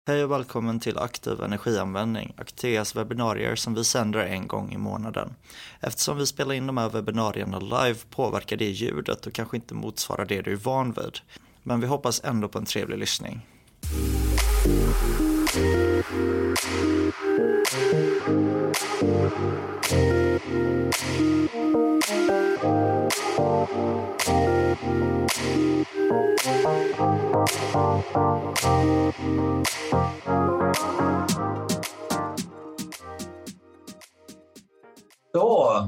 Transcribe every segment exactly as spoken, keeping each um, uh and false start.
Hej och välkommen till Aktiv energianvändning, Acteas webbinarier som vi sänder en gång i månaden. Eftersom vi spelar in de här webbinarierna live påverkar det ljudet och kanske inte motsvarar det du är van vid. Men vi hoppas ändå på en trevlig lyssning. Så,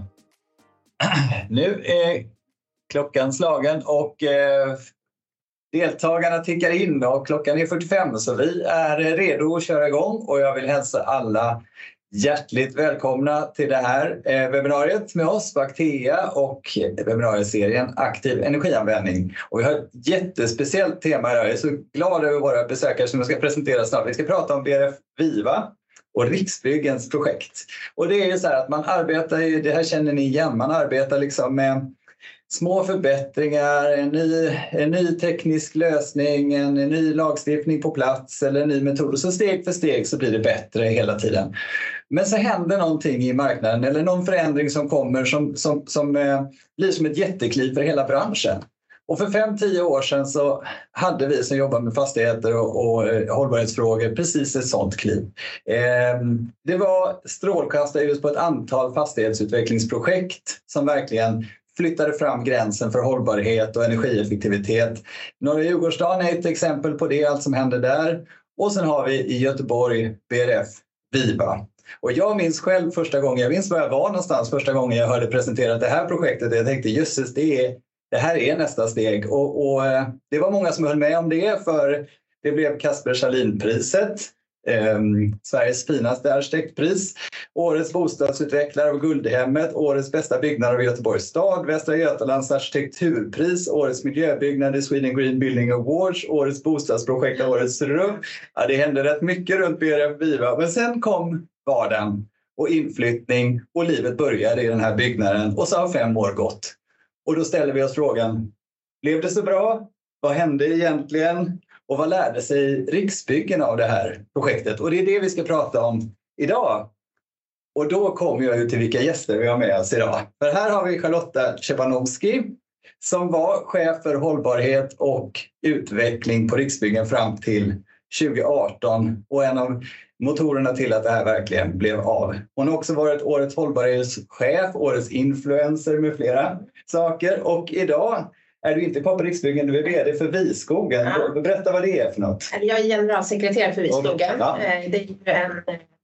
nu är klockan slagen och eh, deltagarna tickar in och klockan är fyrtiofem så vi är redo att köra igång och jag vill hälsa alla hjärtligt välkomna till det här eh, webbinariet med oss på Actea och webbinarieserien Aktiv energianvändning. Och vi har ett jättespeciellt tema idag. Jag är så glad över våra besökare som jag ska presentera snart. Vi ska prata om B R F Viva och Riksbyggens projekt. Och det är ju så här att man arbetar, ju, det här känner ni igen, man arbetar liksom med små förbättringar, en ny, en ny teknisk lösning, en, en ny lagstiftning på plats eller en ny metod. Och så steg för steg så blir det bättre hela tiden. Men så händer någonting i marknaden eller någon förändring som kommer som, som, som eh, blir som ett jättekliv för hela branschen. Och för fem till tio år sedan så hade vi som jobbar med fastigheter och, och eh, hållbarhetsfrågor precis ett sånt kliv. Eh, det var strålkastarljus på ett antal fastighetsutvecklingsprojekt som verkligen flyttade fram gränsen för hållbarhet och energieffektivitet. Norra Djurgårdsstaden är ett exempel på det, allt som hände där. Och sen har vi i Göteborg B R F Viva. Och jag minns själv första gången, jag minns var jag var någonstans första gången jag hörde presenterat det här projektet. Jag tänkte, jösses, det, är, det här är nästa steg. Och, och det var många som höll med om det, för det blev Kasper Schalin-priset. Eh, Sveriges finaste arkitektpris, årets bostadsutvecklare av Guldhemmet, årets bästa byggnad av Göteborgs stad, Västra Götalands arkitekturpris, årets miljöbyggnad i Sweden Green Building Awards, årets bostadsprojekt av årets rum. Ja, det hände rätt mycket runt B R F Viva, men sen kom vardagen och inflyttning och livet började i den här byggnaden och så har fem år gått. Och då ställer vi oss frågan, blev det så bra? Vad hände egentligen? Och vad lärde sig Riksbyggen av det här projektet? Och det är det vi ska prata om idag. Och då kommer jag ut till vilka gäster vi har med oss idag. För här har vi Charlotta Czebanowski som var chef för hållbarhet och utveckling på Riksbyggen fram till tjugo arton. Och en av motorerna till att det här verkligen blev av. Hon har också varit årets hållbarhetschef, årets influencer med flera saker. Och idag är du inte på Riksbyggen, du är vd för Viskogen. Ja. Berätta vad det är för något. Jag är generalsekreterare för Viskogen. Ja. Det är en,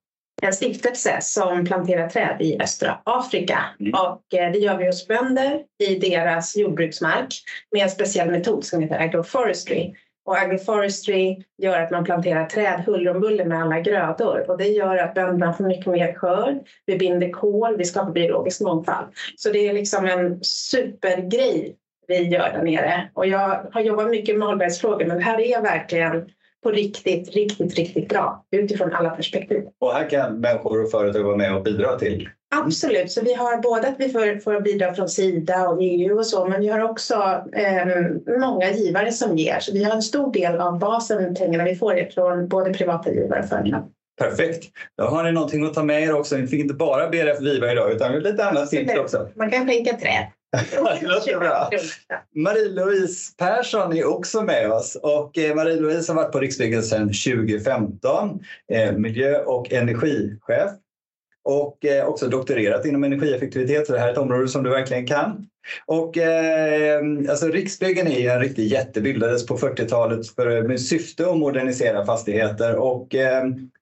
en stiftelse som planterar träd i östra Afrika. Mm. Och det gör vi hos bönder i deras jordbruksmark med en speciell metod som heter agroforestry. Och agroforestry gör att man planterar träd huller om buller med alla grödor. Och det gör att bönderna får mycket mer skörd. Vi binder kol, vi skapar biologisk mångfald. Så det är liksom en supergrej vi gör där nere. Och jag har jobbat mycket med hållbarhetsfrågor, men det här är verkligen på riktigt, riktigt, riktigt bra utifrån alla perspektiv. Och här kan människor och företag vara med och bidra till? Absolut, så vi har både att vi får, får bidra från Sida och E U och så, men vi har också eh, många givare som ger. Så vi har en stor del av basen pengarna vi får från både privata givare och företag. Perfekt. Då har ni någonting att ta med er också. Ni fick inte bara B R F Viva idag utan lite annat tips också. Man kan skänka träd. Det låter bra. Marie-Louise Persson är också med oss och Marie-Louise har varit på Riksbyggen sedan tjugo femton, miljö- och energichef och också doktorerat inom energieffektivitet, så det här är ett område som du verkligen kan. Och eh, alltså Riksbyggen är en riktig jätte, bildades på fyrtiotalet för, med syfte att modernisera fastigheter och eh,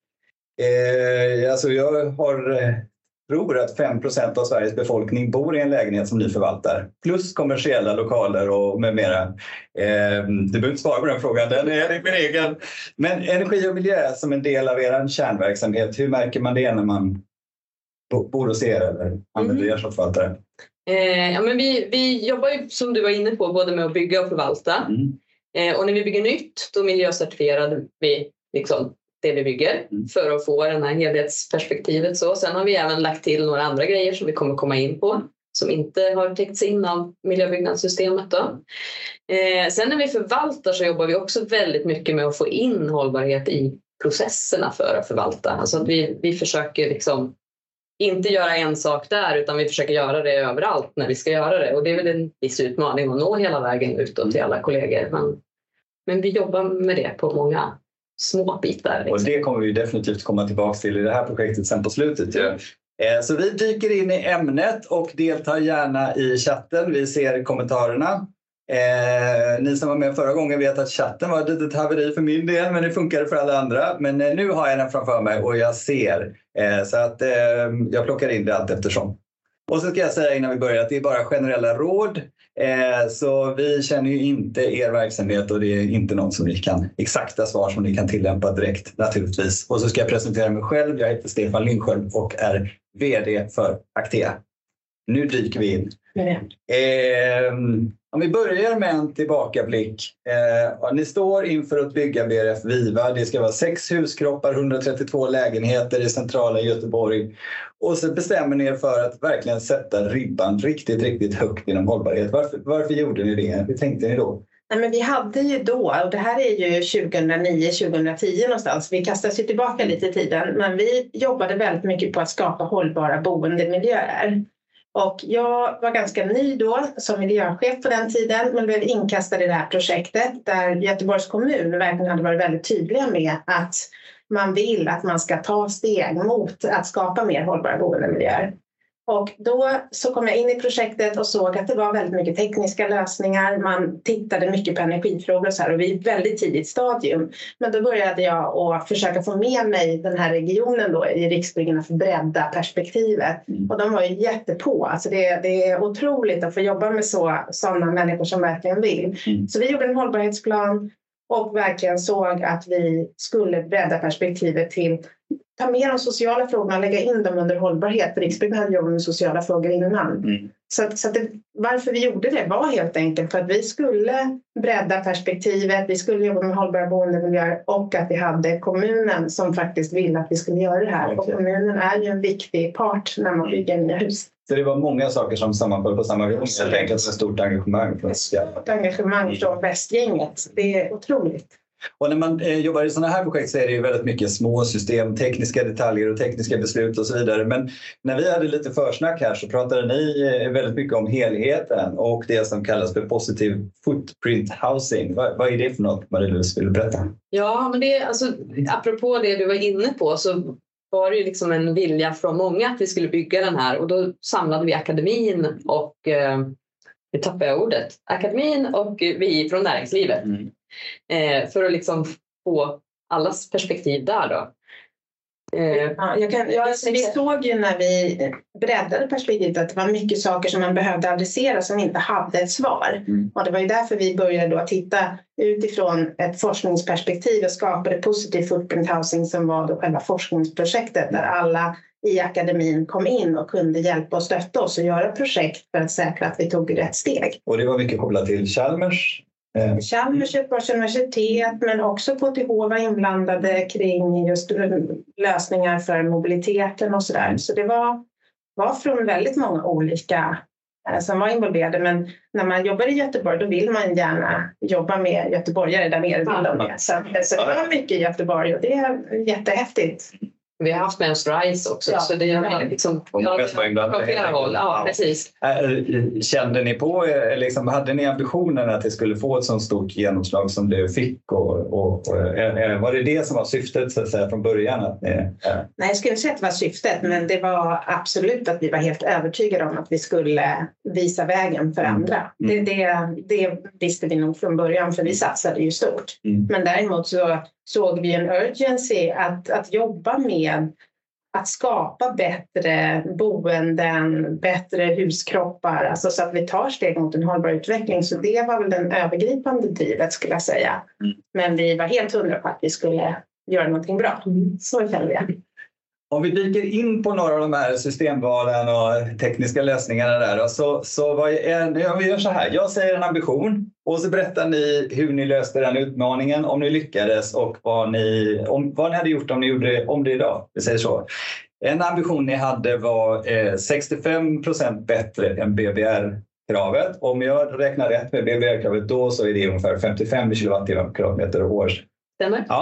eh, alltså jag har eh, tror att fem procent av Sveriges befolkning bor i en lägenhet som ni förvaltar. Plus kommersiella lokaler och med mera. Eh, du behöver inte svara på den frågan, den är min egen. Men energi och miljö som en del av er kärnverksamhet, hur märker man det när man bor hos er eller använder mm. er som förvaltare? Eh, ja, men vi, vi jobbar ju som du var inne på både med att bygga och förvalta. Mm. Eh, och när vi bygger nytt då miljöcertifierar vi liksom det vi bygger mm. för att få den här helhetsperspektivet. Så. Sen har vi även lagt till några andra grejer som vi kommer komma in på som inte har täckts in av miljöbyggnadssystemet. Då. Eh, sen när vi förvaltar så jobbar vi också väldigt mycket med att få in hållbarhet i processerna för att förvalta. Alltså att vi, vi försöker liksom inte göra en sak där, utan vi försöker göra det överallt när vi ska göra det. Och det är väl en viss utmaning att nå hela vägen utåt till alla kollegor. Men, men vi jobbar med det på många små bitar. Liksom. Och det kommer vi definitivt komma tillbaka till i det här projektet sen på slutet. Ja. Så vi dyker in i ämnet och deltar gärna i chatten. Vi ser kommentarerna. Eh, ni som var med förra gången vet att chatten var ett litet haveri för min del, men det funkade för alla andra. Men eh, nu har jag den framför mig och jag ser. Eh, så att eh, jag plockar in det allt eftersom. Och så ska jag säga innan vi börjar att det är bara generella råd. Eh, så vi känner ju inte er verksamhet och det är inte någon som ni kan, exakta svar som ni kan tillämpa direkt naturligtvis. Och så ska jag presentera mig själv. Jag heter Stefan Lindsköld och är vd för Actea. Nu dyker vi in. Eh, om vi börjar med en tillbakablick. Eh, ni står inför att bygga B R F Viva. Det ska vara sex huskroppar, hundratrettiotvå lägenheter i centrala Göteborg. Och så bestämmer ni er för att verkligen sätta ribban riktigt, riktigt högt inom hållbarhet. Varför, varför gjorde ni det? Hur tänkte ni då? Nej, men vi hade ju då, och det här är ju tjugohundranio tjugohundratio någonstans, vi kastas ju tillbaka lite i tiden, men vi jobbade väldigt mycket på att skapa hållbara boendemiljöer. Och jag var ganska ny då som miljöchef på den tiden, men blev inkastad i det här projektet där Göteborgs kommun verkligen hade varit väldigt tydliga med att man vill att man ska ta steg mot att skapa mer hållbara boendemiljöer. Och då så kom jag in i projektet och såg att det var väldigt mycket tekniska lösningar. Man tittade mycket på energifrågor och så här, och vi är väldigt tidigt stadium. Men då började jag att försöka få med mig den här regionen då i Riksbyggen för bredda perspektivet. Mm. Och de var ju jättepå. Alltså det, det är otroligt att få jobba med så, sådana människor som verkligen vill. Mm. Så vi gjorde en hållbarhetsplan och verkligen såg att vi skulle bredda perspektivet till ta med de sociala frågorna och lägga in dem under hållbarhet. För Riksbyggen hade jobbat med sociala frågor innan. Mm. Så, att, så att det, varför vi gjorde det var helt enkelt för att vi skulle bredda perspektivet. Vi skulle jobba med hållbara boendemiljöer och att vi hade kommunen som faktiskt ville att vi skulle göra det här. Och kommunen är ju en viktig part när man bygger nya hus. Så det var många saker som sammanföll på samma gång. Helt enkelt ett stort engagemang. Från ett stort engagemang från västgänget. Det är otroligt. Och när man eh, jobbar i sådana här projekt så är det ju väldigt mycket små system, tekniska detaljer och tekniska beslut och så vidare. Men när vi hade lite försnack här så pratade ni eh, väldigt mycket om helheten och det som kallas för positive footprint housing. Vad, vad är det för något, Marie-Louise, vill du berätta? Ja, men det, alltså, apropå det du var inne på så var det ju liksom en vilja från många att vi skulle bygga den här. Och då samlade vi akademin och, eh, nu tappar jag ordet, akademin och vi från näringslivet. Mm. Eh, för att liksom få allas perspektiv där då. Eh, ja, jag kan, jag, vi såg ju när vi breddade perspektivet att det var mycket saker som man behövde adressera som inte hade ett svar. Mm. Och det var ju därför vi började då titta utifrån ett forskningsperspektiv och skapade Positive Footprint Housing som var då själva forskningsprojektet där alla i akademin kom in och kunde hjälpa och stötta oss och göra projekt för att säkra att vi tog rätt steg. Och det var mycket kopplat till Chalmers? Chalmers, Göteborgs universitet, men också K T H var inblandade kring just lösningar för mobiliteten och sådär. Så det var, var från väldigt många olika eh, som var involverade. Men när man jobbar i Göteborg då vill man gärna jobba med göteborgare där nere. Vill de med. Så, så det var mycket i Göteborg och det är jättehäftigt. Vi har haft med oss RISE också, ja. Så det är liksom på flera håll. Ja, precis. Kände ni på, liksom, hade ni ambitionen att det skulle få ett så stort genomslag som det fick? Och, och, och, var det det som var syftet så att säga, från början? Att ni, ja. Nej, jag skulle inte säga att det var syftet, men det var absolut att vi var helt övertygade om att vi skulle visa vägen för andra. Mm. Det, det, det visste vi nog från början, för vi satsade ju stort. Mm. Men däremot så såg vi en urgency att, att jobba med att skapa bättre boenden, bättre huskroppar, alltså så att vi tar steg mot en hållbar utveckling. Så det var väl den övergripande drivet skulle jag säga. Mm. Men vi var helt hundra på att vi skulle göra någonting bra. Mm. Så kände jag. Om vi dyker in på några av de här systemvalen och tekniska lösningarna där, så, så vad är, ja, vi gör så här. Jag säger en ambition och så berättar ni hur ni löste den utmaningen, om ni lyckades och vad ni, om, vad ni hade gjort om ni gjorde om det idag. Vi säger så. En ambition ni hade var eh, sextiofem procent bättre än B B R-kravet. Om jag räknar rätt med B B R-kravet då så är det ungefär femtiofem kilowattimmar per år. Stämmer. Ja.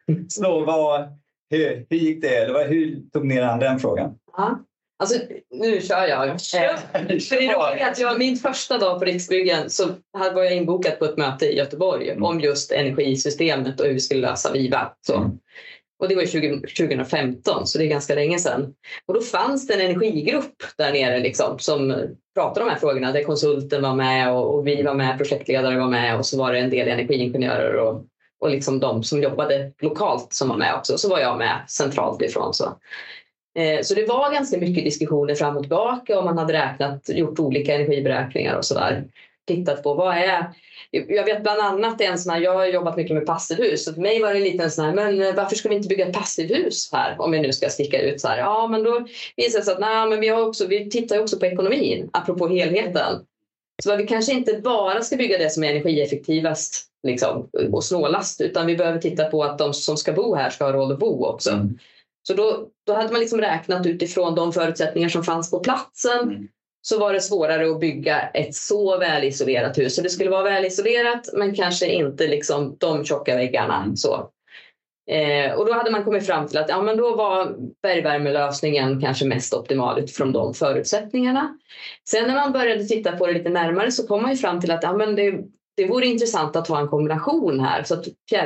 Så vad, hur, hur gick det? Eller hur tog ni an den frågan? Ja. Alltså, nu kör jag. Eh, för det är att jag, min första dag på Riksbyggen så var jag inbokat på ett möte i Göteborg mm. om just energisystemet och hur vi skulle lösa Viva. Så. Mm. Och det var tjugo, tjugohundrafemton, så det är ganska länge sedan. Och då fanns det en energigrupp där nere liksom, som pratade om de här frågorna. Där konsulten var med och, och vi var med, projektledare var med och så var det en del energiingenjörer och, och liksom de som jobbade lokalt som var med också. Så var jag med centralt ifrån. Så. Så det var ganska mycket diskussioner fram och tillbaka och man hade räknat, gjort olika energiberäkningar och sådär. Tittat på vad är... Jag vet bland annat en sån här, jag har jobbat mycket med passivhus. Så för mig var det en liten sån här, men varför ska vi inte bygga ett passivhus här? Om vi nu ska sticka ut så här. Ja, men då visar det sig att nej, men vi, har också, vi tittar ju också på ekonomin, apropå helheten. Så vi kanske inte bara ska bygga det som är energieffektivast liksom, och snålast. Utan vi behöver titta på att de som ska bo här ska ha råd att bo också. Mm. Så då, då hade man liksom räknat utifrån de förutsättningar som fanns på platsen. Mm. Så var det svårare att bygga ett så välisolerat hus. Så det skulle vara välisolerat men kanske inte liksom de tjocka väggarna. Mm. Så. Eh, och då hade man kommit fram till att ja, men då var bergvärmelösningen kanske mest optimal utifrån de förutsättningarna. Sen när man började titta på det lite närmare så kom man ju fram till att ja, men det, det vore intressant att ha en kombination här. Så att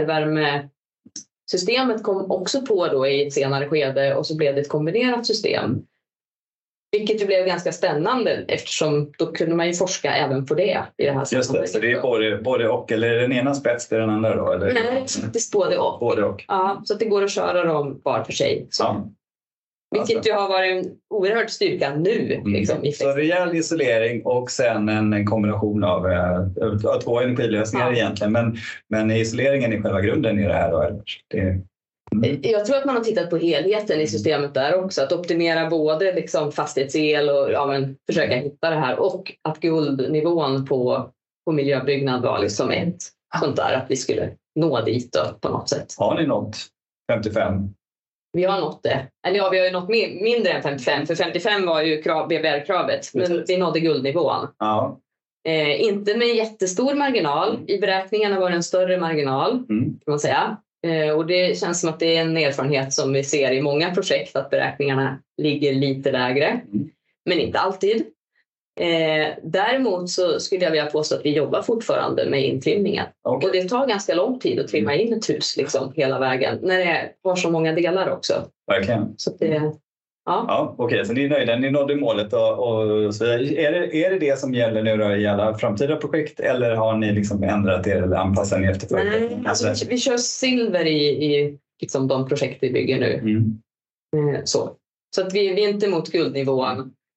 fjärrvärmesystemet kom också på då i ett senare skede och så blev det ett kombinerat system. Vilket ju blev ganska spännande eftersom då kunde man ju forska även på det i det här. Just det, så det är både, både och, eller är den ena spets till den andra då? Eller? Nej, det är faktiskt både och. Både och. Ja, så att det går att köra dem var för sig. Så. Ja. Vilket alltså. ju har varit en oerhörd styrka nu. Mm. Liksom, i så rejäl isolering och sen en, en kombination av äh, två energilösningar ja. egentligen. Men, men isoleringen är själva grunden i det här då? Det... Mm. Jag tror att man har tittat på helheten i systemet där också. Att optimera både liksom fastighetsel och ja, men, försöka hitta det här. Och att guldnivån på, på miljöbyggnad var liksom ett sånt där. Att vi skulle nå dit då, på något sätt. Har ni nått femtiofem? Vi har nått det. Eller ja, vi har ju nått mindre än femtiofem. För femtiofem var ju krav, B B R-kravet. Men vi nådde guldnivån. Ja. Eh, inte med jättestor marginal. I beräkningarna var det en större marginal. Mm. Kan man säga. Och det känns som att det är en erfarenhet som vi ser i många projekt att beräkningarna ligger lite lägre, mm. men inte alltid. Eh, däremot så skulle jag vilja påstå att vi jobbar fortfarande med intrimningen. Okay. Och det tar ganska lång tid att trimma in ett hus liksom, hela vägen när det har så många delar också. Verkligen. Så det, ja. Ja, okej, okay, så ni är nöjda, ni nådde målet och, och så vidare. Är det, är det det som gäller nu då i alla framtida projekt eller har ni liksom ändrat er eller anpassat er efter förutsättningarna? Nej, alltså vi, vi kör silver i, i liksom de projekt vi bygger nu. Mm. Så, så att vi, vi är inte mot guldnivån.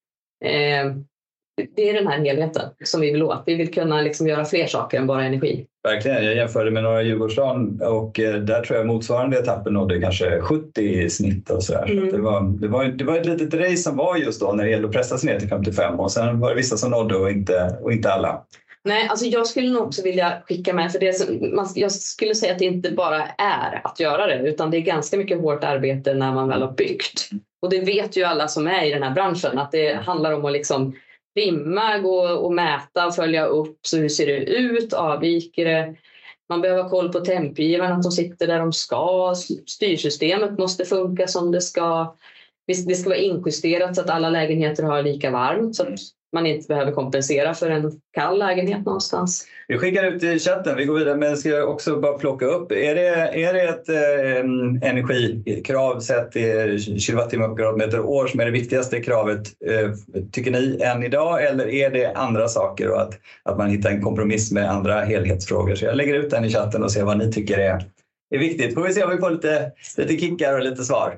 Eh, det är den här helheten som vi vill åt. Vi vill kunna liksom göra fler saker än bara energi. Verkligen, jag jämförde med några Djurgårdsdagen och där tror jag motsvarande etappen nådde kanske sjuttio i snitt och sådär. Mm. Så det, var, det, var, det var ett litet race som var just då när det gällde att pressa sig ner till femtiofem och sen var det vissa som nådde och inte, och inte alla. Nej, alltså jag skulle nog också vilja skicka med för det som, man, jag skulle säga att det inte bara är att göra det utan det är ganska mycket hårt arbete när man väl har byggt. Och det vet ju alla som är i den här branschen att det handlar om att liksom rimma, gå och mäta och följa upp. Så hur ser det ut? Avviker det? Man behöver ha koll på tempgivarna, att de sitter där de ska. Styrsystemet måste funka som det ska. Det ska vara injusterat så att alla lägenheter har lika varmt. Så att man inte behöver kompensera för en kall lägenhet någonstans. Vi skickar ut i chatten, vi går vidare, men ska också bara plocka upp. Är det, är det ett eh, energikrav sett i kilowattimmar per kvadratmeter år som är det viktigaste kravet, eh, tycker ni, än idag? Eller är det andra saker och att, att man hittar en kompromiss med andra helhetsfrågor? Så jag lägger ut den i chatten och ser vad ni tycker är, är viktigt. Får vi se om vi får lite, lite kickar och lite svar.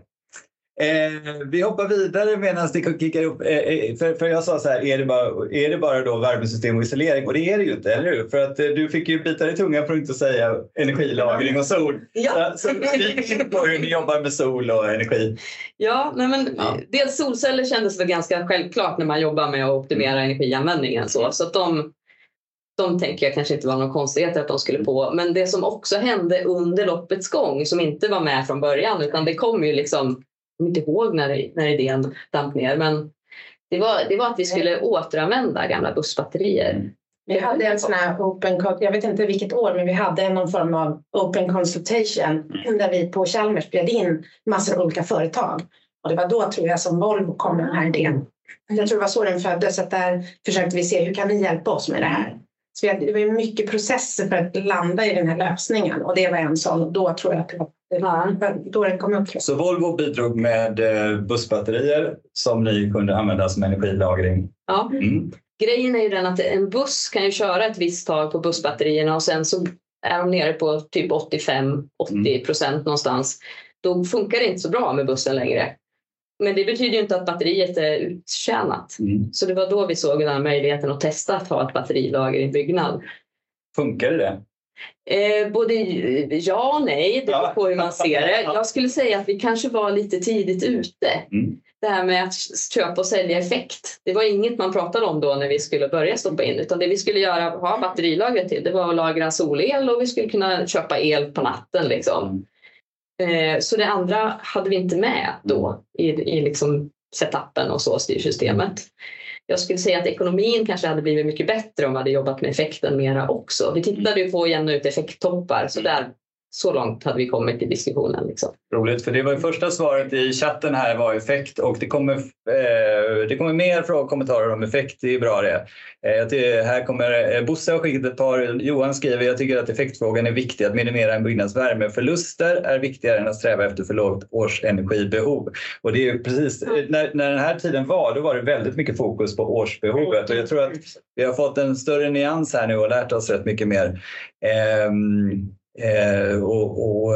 Eh, vi hoppar vidare medan det kickar upp. Eh, för, för jag sa så här, är det, bara, är det bara då värmesystem och isolering? Och det är det ju inte, eller hur? För att eh, du fick ju bita i tungan för att inte säga energilagring och sol. Ja. Så, så vi in på hur ni jobbar med sol och energi. Ja, nej men ja. Dels solceller kändes väl ganska självklart när man jobbar med att optimera energianvändningen. Så, så att de... De tänker jag kanske inte var någon konstighet att de skulle på. Men det som också hände under loppets gång som inte var med från början utan det kom ju liksom, jag inte ihåg när, när idén damp ner, men det var, det var att vi skulle återanvända gamla bussbatterier. Vi hade en sån här open, jag vet inte vilket år, men vi hade någon form av open consultation där vi på Chalmers bjöd in massor av olika företag. Och det var då, tror jag, som Volvo kom med den här idén. Jag tror det var så den föddes, att där försökte vi se hur kan ni hjälpa oss med det här. Så vi hade, det var mycket processer för att landa i den här lösningen. Och det var en sån, då tror jag att det var, det var då den kom upp. Så Volvo bidrog med bussbatterier som ni kunde använda som energilagring? Ja. Mm. Grejen är ju den att en buss kan ju köra ett visst tag på bussbatterierna och sen så är de nere på typ åttiofem till åttio procent mm. någonstans. Då funkar det inte så bra med bussen längre. Men det betyder ju inte att batteriet är uttjänat. Mm. Så det var då vi såg den här möjligheten att testa att ha ett batterilager i byggnad. Funkar det? Eh, både ja och nej, det beror på hur man ser det. Jag skulle säga att vi kanske var lite tidigt ute. Mm. Det här med att köpa och sälja effekt. Det var inget man pratade om då när vi skulle börja stoppa in. Utan det vi skulle göra, ha batterilager till, det var att lagra solel och vi skulle kunna köpa el på natten liksom. Eh, så det andra hade vi inte med då i, i liksom setupen och så styrsystemet. Jag skulle säga att ekonomin kanske hade blivit mycket bättre om vi hade jobbat med effekten mera också. Vi tittade ju på att jämna ut effekttoppar, så där, så långt hade vi kommit i diskussionen. Liksom. Roligt, för det var ju första svaret i chatten här var effekt, och det kommer, eh, det kommer mer frågor och kommentarer om effekt, det är bra det. Eh, det här kommer, eh, Bosse har skickat ett par, Johan skriver, jag tycker att effektfrågan är viktig, att minimera en byggnads värmeförluster är viktigare än att sträva efter för lågt årsenergibehov. Och det är ju precis, när, när den här tiden var, då var det väldigt mycket fokus på årsbehovet, och jag tror att vi har fått en större nyans här nu och lärt oss rätt mycket mer. Eh, Eh, och, och,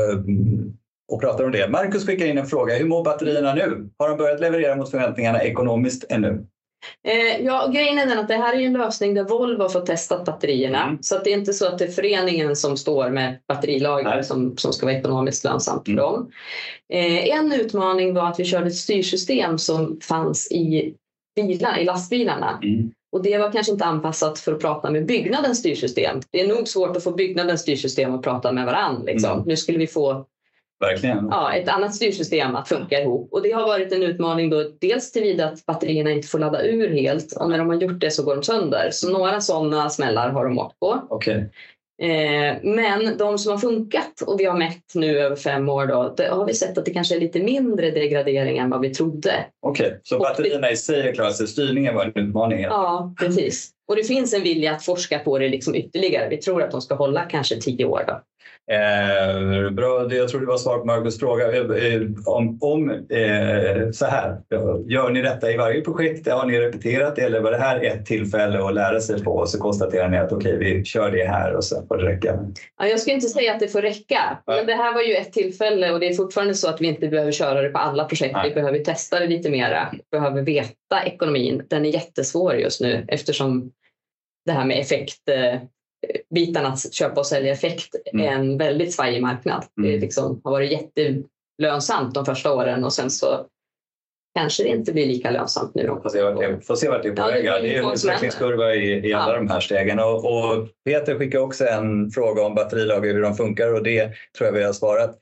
och pratar om det. Marcus skickar in en fråga. Hur mår batterierna nu? Har de börjat leverera mot förväntningarna ekonomiskt ännu? Eh, ja, grejen är den att det här är en lösning där Volvo har fått testat batterierna. Mm. Så att det är inte så att det är föreningen som står med batterilager som, som ska vara ekonomiskt lönsamt för mm. dem. Eh, en utmaning var att vi körde ett styrsystem som fanns i, bilar, i lastbilarna. Mm. Och det var kanske inte anpassat för att prata med byggnadens styrsystem. Det är nog svårt att få byggnadens styrsystem att prata med varandra. Liksom. Mm. Nu skulle vi få Verkligen. Ja, ett annat styrsystem att funka ihop. Och det har varit en utmaning då, dels tillvida att batterierna inte får ladda ur helt. Och när de har gjort det så går de sönder. Så några sådana smällar har de åkt på. Okay. Eh, men de som har funkat, och vi har mätt nu över fem år då, då har vi sett att det kanske är lite mindre degradering än vad vi trodde. Okej, okay. Så och batterierna det, i sig är klara, så styrningen var en utmaning? Ja, precis. Och det finns en vilja att forska på det liksom ytterligare. Vi tror att de ska hålla kanske tio år då. Eh, bra, jag tror det var svar på Marcus fråga eh, om, om eh, så här. Gör ni detta i varje projekt? Har ni repeterat det, eller var det här ett tillfälle att lära sig på, och så konstaterar ni att okej, okay, vi kör det här och sen får det räcka? Ja, jag skulle inte säga att det får räcka, ja. Men det här var ju ett tillfälle, och det är fortfarande så att vi inte behöver köra det på alla projekt. Nej. Vi behöver testa det lite mera, vi behöver veta ekonomin. Den är jättesvår just nu eftersom det här med effekt, bitarna att köpa och sälja effekt är en väldigt svajig marknad. Mm. Det liksom har varit jättelönsamt de första åren, och sen så kanske det inte blir lika lönsamt nu. Får se vart det, får se vart det är på väg. Ja, det är en utvecklingskurva i, i alla ja. de här stegen. Och, och Peter skickar också en fråga om batterilager, hur de funkar, och det tror jag vi har svarat.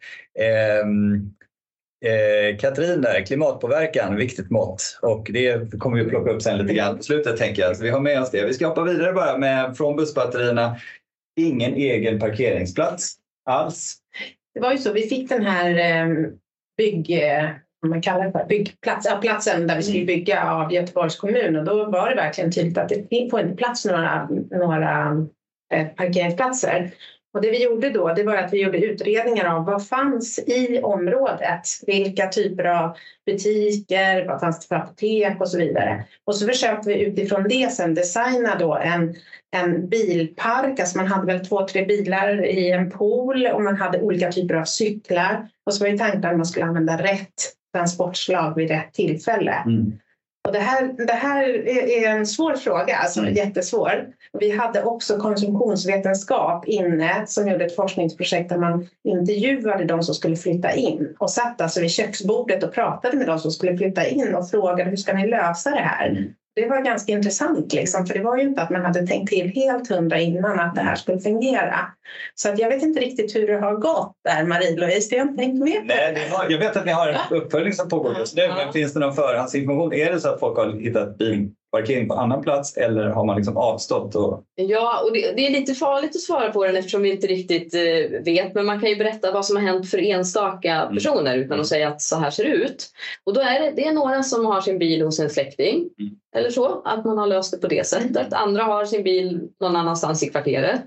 Ehm, Eh, Katrin där, klimatpåverkan, viktigt mått, och det kommer vi plocka upp sen lite grann på slutet, tänker jag. Så vi har med oss det. Vi ska hoppa vidare bara med från bussbatterierna. Ingen egen parkeringsplats alls. Det var ju så, vi fick den här eh, bygg, eh, man kallar det för, byggplats, ja, platsen där vi skulle bygga av Göteborgs kommun, och då var det verkligen tydligt att det får inte plats några, några eh, parkeringsplatser. Och det vi gjorde då, det var att vi gjorde utredningar av vad fanns i området. Vilka typer av butiker, vad fanns det för apotek och så vidare. Och så försökte vi utifrån det sen designa då en, en bilpark. Alltså man hade väl två, tre bilar i en pool, och man hade olika typer av cyklar. Och så var ju tanken att man skulle använda rätt transportslag vid rätt tillfälle. Mm. Och det här, det här är en svår fråga, alltså mm. jättesvår. Vi hade också konsumtionsvetenskap inne som gjorde ett forskningsprojekt där man intervjuade de som skulle flytta in. Och satt alltså vid köksbordet och pratade med de som skulle flytta in och frågade hur ska ni lösa det här. Mm. Det var ganska intressant, liksom, för det var ju inte att man hade tänkt till helt hundra innan att det här skulle fungera. Så att jag vet inte riktigt hur det har gått där, Marie-Louise. Det har jag tänkt med. Nej, jag vet att ni har en uppföljning som pågår just nu, men finns det någon förhandsinformation? Är det så att folk har hittat bil, parkering på annan plats eller har man liksom avstått? Och... Ja, och det, det är lite farligt att svara på den eftersom vi inte riktigt eh, vet. Men man kan ju berätta vad som har hänt för enstaka personer mm. utan att säga att så här ser det ut. Och då är det, det är några som har sin bil hos en släkting mm. eller så, att man har löst det på det sättet. Andra har sin bil någon annanstans i kvarteret.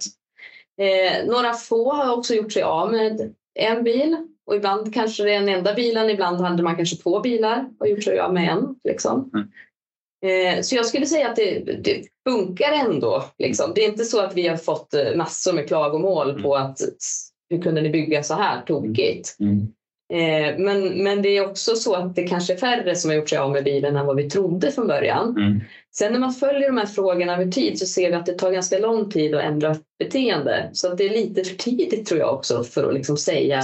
Eh, några få har också gjort sig av med en bil. Och ibland kanske det är den enda bilen, ibland hade man kanske två bilar och gjort sig av med en. Liksom. Mm. Eh, så jag skulle säga att det, det funkar ändå. Liksom. Det är inte så att vi har fått massor med klagomål mm. på att hur kunde ni bygga så här tokigt. Mm. Eh, men, men det är också så att det kanske är färre som har gjort sig av med bilen än vad vi trodde från början. Mm. Sen när man följer de här frågorna över tid så ser vi att det tar ganska lång tid att ändra beteende. Så att det är lite för tidigt tror jag också för att liksom säga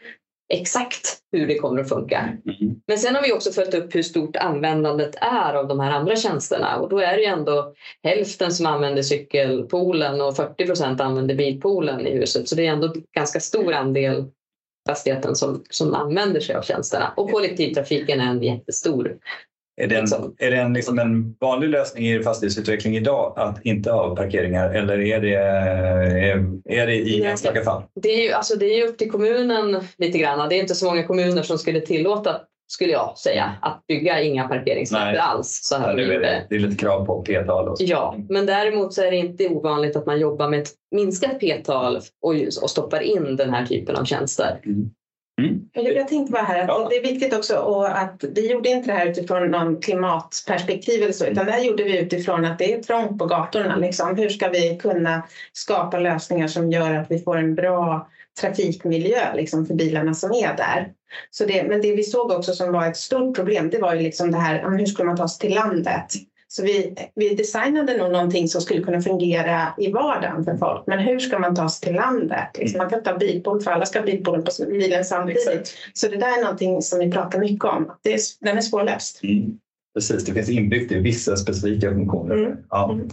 exakt hur det kommer att funka. Mm. Men sen har vi också följt upp hur stort användandet är av de här andra tjänsterna. Och då är det ju ändå hälften som använder cykelpoolen och fyrtio procent använder bilpoolen i huset. Så det är ändå ganska stor andel fastigheten som, som använder sig av tjänsterna. Och kollektivtrafiken är en jättestor. Är det en, liksom. är det en, liksom en vanlig lösning i fastighetsutveckling idag att inte ha parkeringar eller är det, är, är det i enstaka fall? Det är ju alltså det är upp till kommunen lite grann. Det är inte så många kommuner som skulle tillåta, skulle jag säga, att bygga inga parkeringsplatser alls. Så här ja, nu är det, det är lite krav på P-tal. Och så. Ja, men däremot så är det inte ovanligt att man jobbar med ett minskat P-tal och, och stoppar in den här typen av tjänster. Mm. Mm. Jag tänkte bara här att ja. det är viktigt också och att vi gjorde inte det här utifrån någon klimatperspektiv eller så, utan det här gjorde vi utifrån att det är trångt på gatorna. Liksom. Hur ska vi kunna skapa lösningar som gör att vi får en bra trafikmiljö liksom, för bilarna som är där. Så det, men det vi såg också som var ett stort problem, det var ju liksom det här, hur skulle man ta sig till landet? Så vi, vi designade nog någonting som skulle kunna fungera i vardagen för folk. Men hur ska man ta sig till landet? Liksom man kan ta bilpool för alla ska ha bilpoolen på bilen samtidigt. Exakt. Så det där är någonting som vi pratar mycket om. Det är, den är svårlöst. Mm. Precis, det finns inbyggt i vissa specifika funktioner. Mm. Ja. Mm.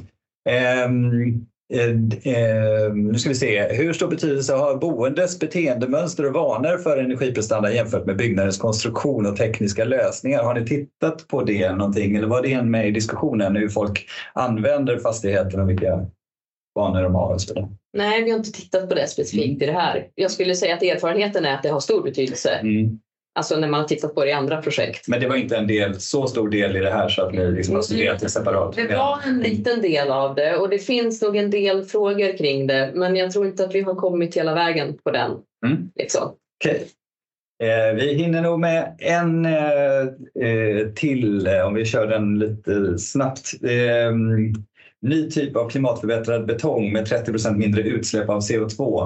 Um, eh, eh, nu ska vi se. Hur stor betydelse har boendes beteendemönster och vanor för energiprestanda jämfört med byggnadens konstruktion och tekniska lösningar? Har ni tittat på det någonting? Eller var det en med i diskussionen hur folk använder fastigheten och vilka vanor de har? Nej, vi har inte tittat på det specifikt mm. i det här. Jag skulle säga att erfarenheten är att det har stor betydelse. Mm. Alltså när man har tittat på det i andra projekt. Men det var inte en del, så stor del i det här så att ni liksom har studerat det separat? Det var en liten del av det och det finns nog en del frågor kring det. Men jag tror inte att vi har kommit hela vägen på den. Mm. Liksom. Okej. Eh, vi hinner nog med en eh, till eh, om vi kör den lite snabbt. Eh, ny typ av klimatförbättrad betong med trettio procent mindre utsläpp av C O två.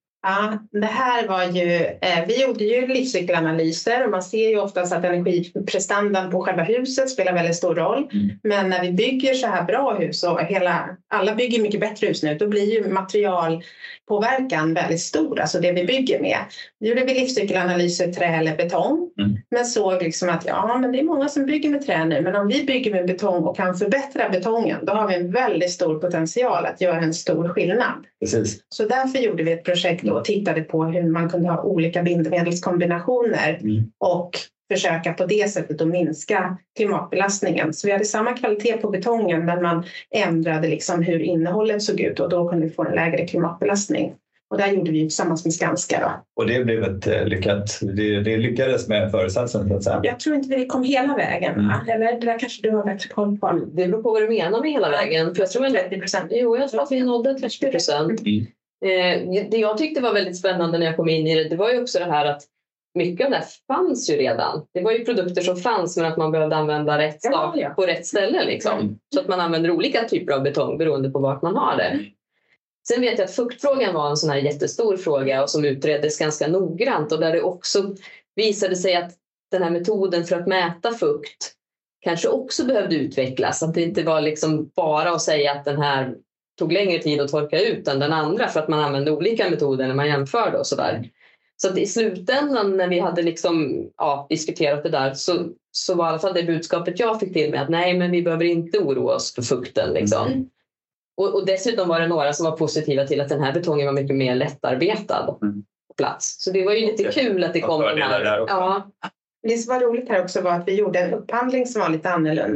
Ja, det här var ju, eh, vi gjorde ju livscykelanalyser och man ser ju oftast att energiprestandan på själva huset spelar väldigt stor roll. Mm. Men när vi bygger så här bra hus och hela, alla bygger mycket bättre hus nu, då blir ju materialpåverkan väldigt stor, alltså det vi bygger med. Nu gjorde vi livscykelanalyser trä eller betong, mm. men såg liksom att ja, men det är många som bygger med trä nu, men om vi bygger med betong och kan förbättra betongen, då har vi en väldigt stor potential att göra en stor skillnad. Precis. Så därför gjorde vi ett projekt och tittade på hur man kunde ha olika bindemedelskombinationer mm. och försöka på det sättet att minska klimatbelastningen. Så vi hade samma kvalitet på betongen men man ändrade liksom hur innehållet såg ut och då kunde vi få en lägre klimatbelastning. Och där gjorde vi tillsammans med Skanska då. Och det blev ett lyckat, det, det lyckades med föresatsen så att säga. Jag tror inte vi kom hela vägen. Mm. Eller det där kanske du har bättre koll på. Det beror på vad du menar med hela vägen. För jag tror trettio procent. Jo, jag tror att vi nådde trettio procent. Mm. Eh, det jag tyckte var väldigt spännande när jag kom in i det, det var ju också det här att mycket av det fanns ju redan. Det var ju produkter som fanns men att man behövde använda rätt sak ja, ja. på rätt ställe liksom. Mm. Så att man använder olika typer av betong beroende på vart man har det. Sen vet jag att fuktfrågan var en sån här jättestor fråga och som utreddes ganska noggrant och där det också visade sig att den här metoden för att mäta fukt kanske också behövde utvecklas. Att det inte var liksom bara att säga att den här tog längre tid att torka ut än den andra för att man använde olika metoder när man jämförde och sådär. Så att i slutändan när vi hade liksom, ja, diskuterat det där så, så var i alla fall det budskapet jag fick till mig att nej men vi behöver inte oroa oss för fukten liksom. Mm. Och, och dessutom var det några som var positiva till att den här betongen var mycket mer lättarbetad mm. på plats. Så det var ju lite kul att det kom den här. Ja. Det som var roligt här också var att vi gjorde en upphandling som var lite annorlunda.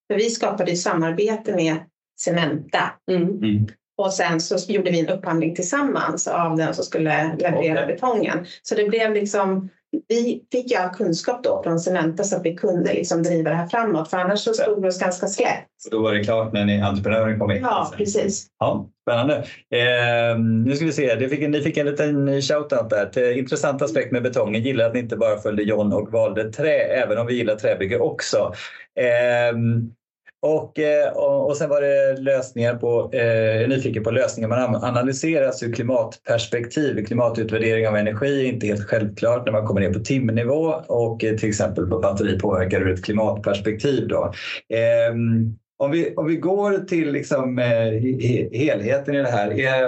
För vi skapade ju samarbete med Cementa. Mm. Mm. Och sen så gjorde vi en upphandling tillsammans av den som skulle leverera Okay. betongen. Så det blev liksom, vi fick ju all kunskap då från Cementa så att vi kunde liksom driva det här framåt. För annars så stod vi oss ganska slätt. Då var det klart när ni entreprenören kom in. Ja, precis. Ja, spännande. Eh, nu ska vi se, det fick, ni fick en liten shoutout där. Till intressant aspekt med betongen. Gillar att ni inte bara följde John och valde trä, även om vi gillar träbygge också. Eh, Och, och sen var det lösningar på, eh, nyfiken på lösningar. Man analyseras ur klimatperspektiv. Klimatutvärdering av energi är inte helt självklart när man kommer ner på timnivå. Och till exempel på batteri påverkar ur ett klimatperspektiv. Då. Eh, om, vi, om vi går till liksom, eh, helheten i det här. Eh,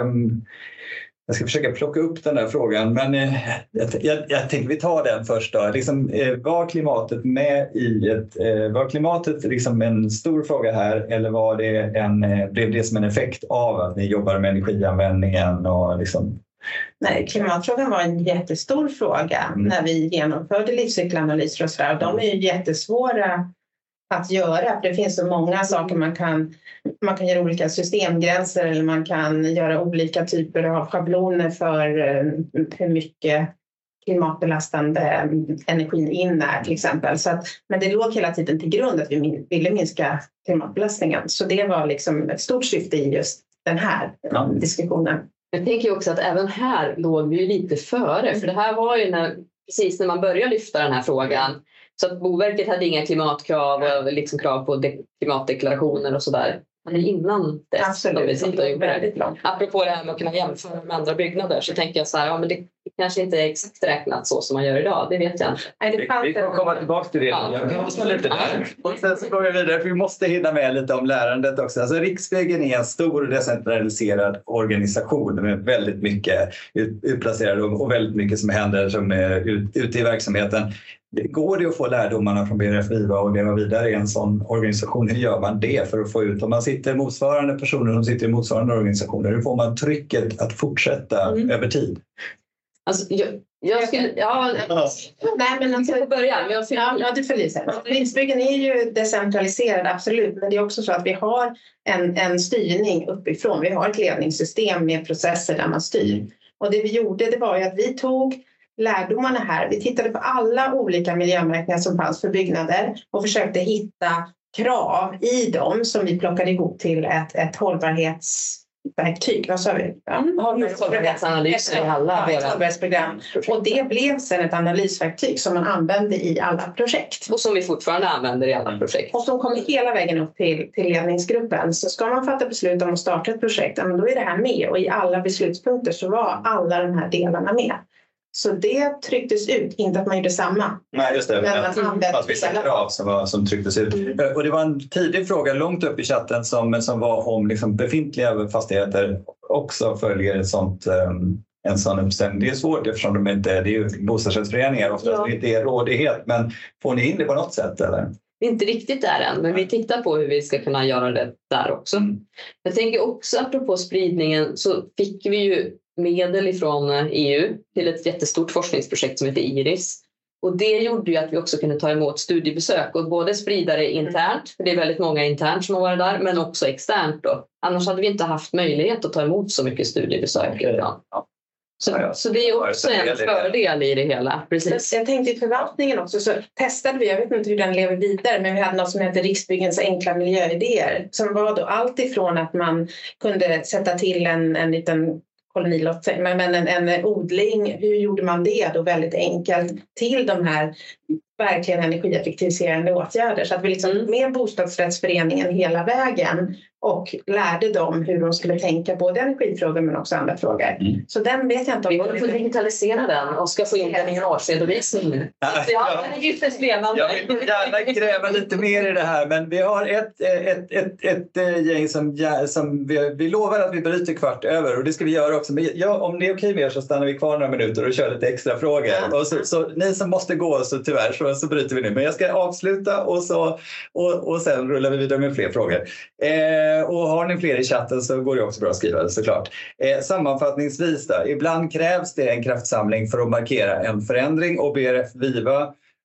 Jag ska försöka plocka upp den där frågan, men eh, jag, jag, jag tänker vi tar den först då. Liksom, eh, var klimatet med i ett, eh, var klimatet liksom en stor fråga här, eller var det en, eh, blev det som en effekt av att ni jobbar med energianvändningen och liksom? Nej, klimatfrågan var en jättestor fråga mm. när vi genomförde livscykelanalyser och sådär. De är ju jättesvåra att göra, för det finns så många saker man kan man kan göra olika systemgränser eller man kan göra olika typer av schabloner för hur mycket klimatbelastande energin in är till exempel. Så att, men det låg hela tiden till grund att vi ville minska klimatbelastningen. Så det var liksom ett stort syfte i just den här ja. diskussionen. Jag tänker också att även här låg vi ju lite före, för det här var ju när, precis när man började lyfta den här frågan. Så att Boverket hade inga klimatkrav och liksom krav på de- klimatdeklarationer och sådär. Men innan dess. Absolut, vi det väldigt långt. Apropå det här med att kunna jämföra med andra byggnader så tänker jag så här, ja men det kanske inte är exakt räknat så som man gör idag, det vet jag inte. Nej, det vi, vi får komma tillbaka till det. Ja. Jag kan vara lite där. Och sen så går vi vidare, för vi måste hinna med lite om lärandet också. Alltså Riksbyggen är en stor decentraliserad organisation med väldigt mycket utplacerad och väldigt mycket som händer som är ut, ute i verksamheten. Går det att få lärdomarna från B R F Viva och leva vidare i en sån organisation? Hur gör man det för att få ut? Om man sitter motsvarande personer som sitter i motsvarande organisationer, hur får man trycket att fortsätta mm. över tid? Alltså, jag, jag skulle... Ja, ja. Nej, men alltså, jag börja. Jag ja, ja, du får lisa. Riksbyggen är ju decentraliserad, absolut. Men det är också så att vi har en, en styrning uppifrån. Vi har ett ledningssystem med processer där man styr. Och det vi gjorde, det var ju att vi tog lärdomarna här. Vi tittade på alla olika miljömärkningar som fanns för byggnader och försökte hitta krav i dem som vi plockade ihop till ett, ett hållbarhetsverktyg. Vad sa vi? Ja, hållbarhetsanalyser i alla ja, hållbarhetsprogram. Och det blev sedan ett analysverktyg som man använde i alla projekt. Och som vi fortfarande använder i alla projekt. Och som kommer hela vägen upp till, till ledningsgruppen. Så ska man fatta beslut om att starta ett projekt, då är det här med. Och i alla beslutspunkter så var alla de här delarna med. Så det trycktes ut, inte att man gjorde samma. Nej, just det. Men man mm. använde vissa krav som, var, som trycktes ut. Mm. Och det var en tidig fråga långt upp i chatten som, som var om liksom befintliga fastigheter också följer ett sånt, um, en sån uppställning. Det är svårt eftersom de inte, det är ju bostadsrättsföreningar oftast, ja. Det inte är rådighet. Men får ni in det på något sätt eller? Vi är inte riktigt där än, men vi tittar på hur vi ska kunna göra det där också. Mm. Jag tänker också apropå spridningen så fick vi ju medel ifrån E U till ett jättestort forskningsprojekt som heter IRIS. Och det gjorde ju att vi också kunde ta emot studiebesök och både sprida det internt, för det är väldigt många internt som har varit där, men också externt då. Annars hade vi inte haft möjlighet att ta emot så mycket studiebesök. Okay. Ja. Så, ja, ja. så det är också en fördel i det hela. Precis. Jag tänkte i förvaltningen också så testade vi, jag vet inte hur den lever vidare, men vi hade något som heter Riksbyggens enkla miljöidéer. Som var då allt ifrån att man kunde sätta till en, en liten kolonilott, men en, en odling, hur gjorde man det då väldigt enkelt till de här verkligen energieffektiviserande åtgärder. Så att vi liksom med bostadsrättsföreningen hela vägen och lärde dem hur de skulle tänka både energifrågor men också andra frågor. Mm. Så den vet jag inte om... Vi håller på att digitalisera den och ska få in den i en årsredovisning nu. Ja, ja, den är ytterst levande. Jag vill gärna gräva lite mer i det här, men vi har ett, ett, ett, ett, ett gäng som, som vi, vi lovar att vi bryter kvart över och det ska vi göra också. Men ja, om det är okej med er så stannar vi kvar några minuter och kör lite extra frågor. Ja. Och så, så ni som måste gå så tyvärr så, så bryter vi nu. Men jag ska avsluta och, så, och, och sen rullar vi vidare med fler frågor. Eh, och har ni fler i chatten så går det också bra att skriva det såklart. Eh, sammanfattningsvis då, ibland krävs det en kraftsamling för att markera en förändring och B R F Viva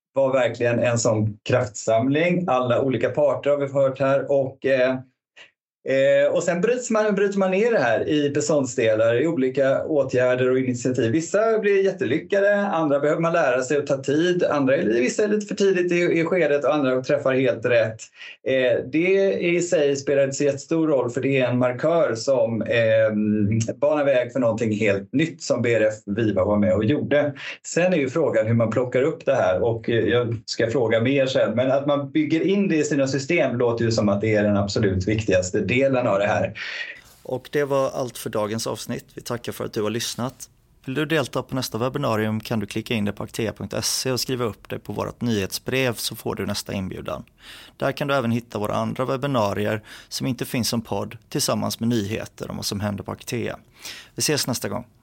var verkligen en sån kraftsamling. Alla olika parter har vi hört här. Och, eh, eh, och sen bryts man, bryter man ner det här i beståndsdelar, i olika åtgärder och initiativ. Vissa blir jättelyckade, andra behöver man lära sig att ta tid. Andra är, vissa är lite för tidigt i, i skedet och andra träffar helt rätt. Eh, det i sig spelar en jättestor roll, för det är en markör som eh, banar väg för någonting helt nytt som B R F Viva var med och gjorde. Sen är ju frågan hur man plockar upp det här, och jag ska fråga mer sen. Men att man bygger in det i sina system låter ju som att det är den absolut viktigaste delen av det här. Och det var allt för dagens avsnitt. Vi tackar för att du har lyssnat. Vill du delta på nästa webbinarium kan du klicka in det på actea punkt se och skriva upp det på vårt nyhetsbrev, så får du nästa inbjudan. Där kan du även hitta våra andra webbinarier som inte finns som podd, tillsammans med nyheter om vad som händer på Actea. Vi ses nästa gång.